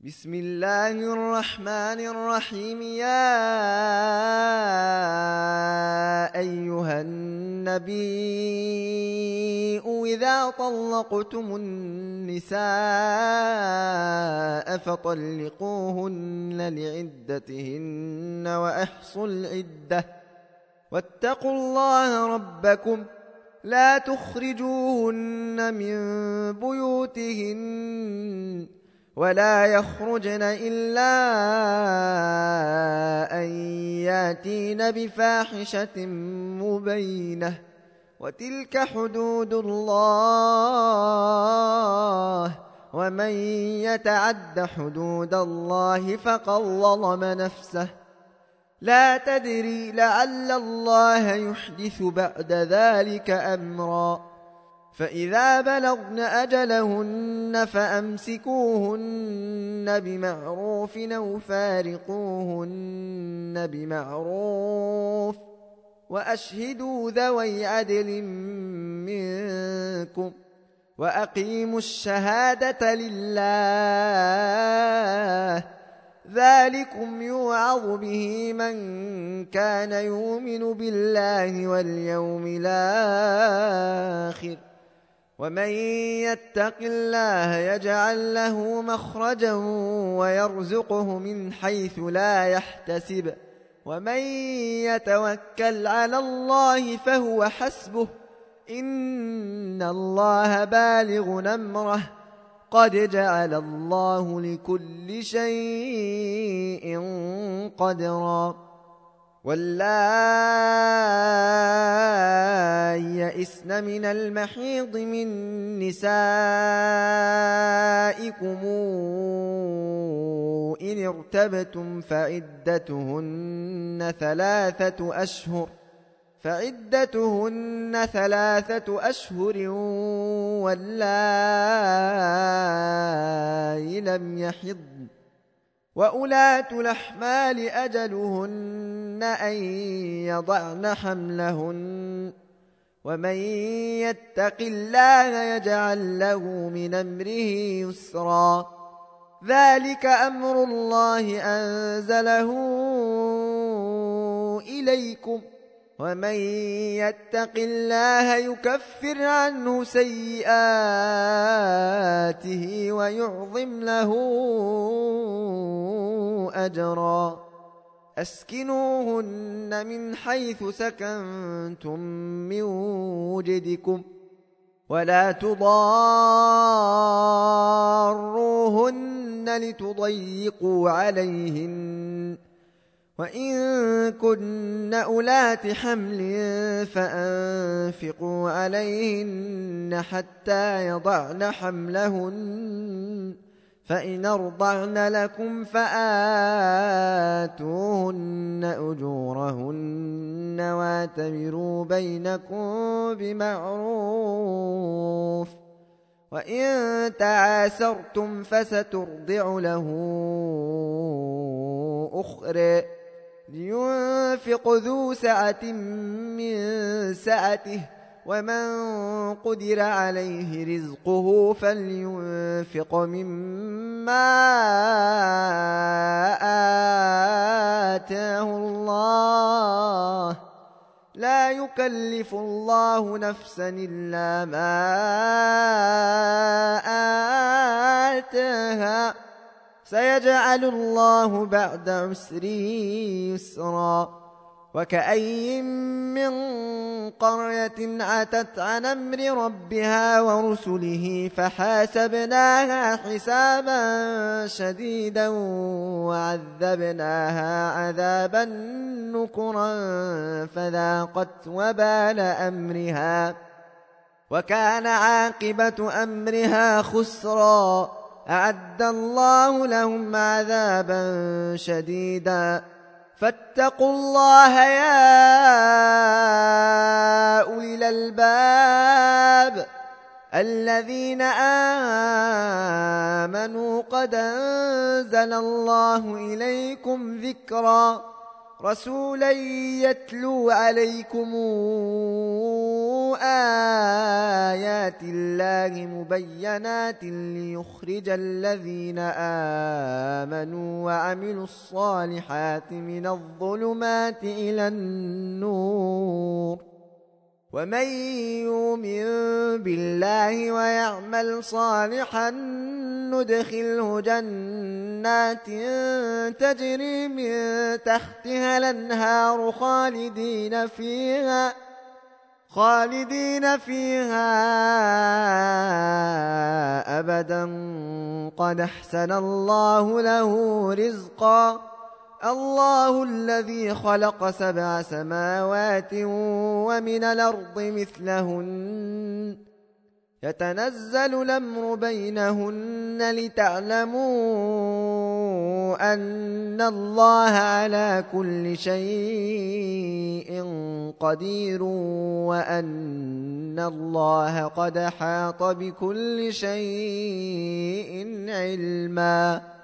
بسم الله الرحمن الرحيم. يا أيها النبي إذا طلقتم النساء فطلقوهن لعدتهن وأحصوا العدة واتقوا الله ربكم لا تخرجوهن من بيوتهن ولا يخرجن إلا أن ياتين بفاحشة مبينة وتلك حدود الله ومن يتعد حدود الله فقد ظلم نفسه لا تدري لعل الله يحدث بعد ذلك أمرا. فإذا بلغن أجلهن فأمسكوهن بمعروف أو فارقوهن بمعروف وأشهدوا ذوي عدل منكم وأقيموا الشهادة لله ذلكم يوعظ به من كان يؤمن بالله واليوم الآخر ومن يتق الله يجعل له مخرجا ويرزقه من حيث لا يحتسب ومن يتوكل على الله فهو حسبه إن الله بالغ أمره قد جعل الله لكل شيء قدرا. واللائي يئسن من المحيض من نسائكم إن ارتبتم فعدتهن ثلاثة أشهر واللائي لم يحضن وأولاة الأحمال أجلهن أن يضعن حملهن ومن يتق الله يجعل له من أمره يسرا. ذلك أمر الله أنزله إليكم ومن يتق الله يكفر عنه سيئاته ويعظم له أجرا. أسكنوهن من حيث سكنتم من وجدكم ولا تضاروهن لتضيقوا عليهن وإن كن أولات حمل فأنفقوا عليهن حتى يضعن حملهن فإن أرضعن لكم فآتوهن أجورهن واعتمروا بينكم بمعروف وإن تعاسرتم فسترضع له أخرى لينفق ذو سعة من سعته ومن قدر عليه رزقه فلينفق مما آتاه الله لا يكلف الله نفسا إلا ما آتاها سيجعل الله بعد عسر يسرا. وكأي من قرية عتت عن أمر ربها ورسله فحاسبناها حسابا شديدا وعذبناها عذابا نكرا فذاقت وبال أمرها وكان عاقبة أمرها خسرا. أعد الله لهم عذابا شديدا فاتقوا الله يا أولي الألباب الذين آمنوا قد أنزل الله إليكم ذكرا. رسولا يتلو عليكم آيات الله مبينات ليخرج الذين آمنوا وعملوا الصالحات من الظلمات إلى النور ومن يؤمن بالله ويعمل صالحا ندخله جنات تجري من تحتها الأنهار خالدين فيها أبدا قد أحسن الله له رزقا الله الذي خلق 7 سماوات ومن الأرض مثلهن يتنزل الأمر بينهن لتعلموا أن الله على كل شيء قدير وأن الله قد أحاط بكل شيء علما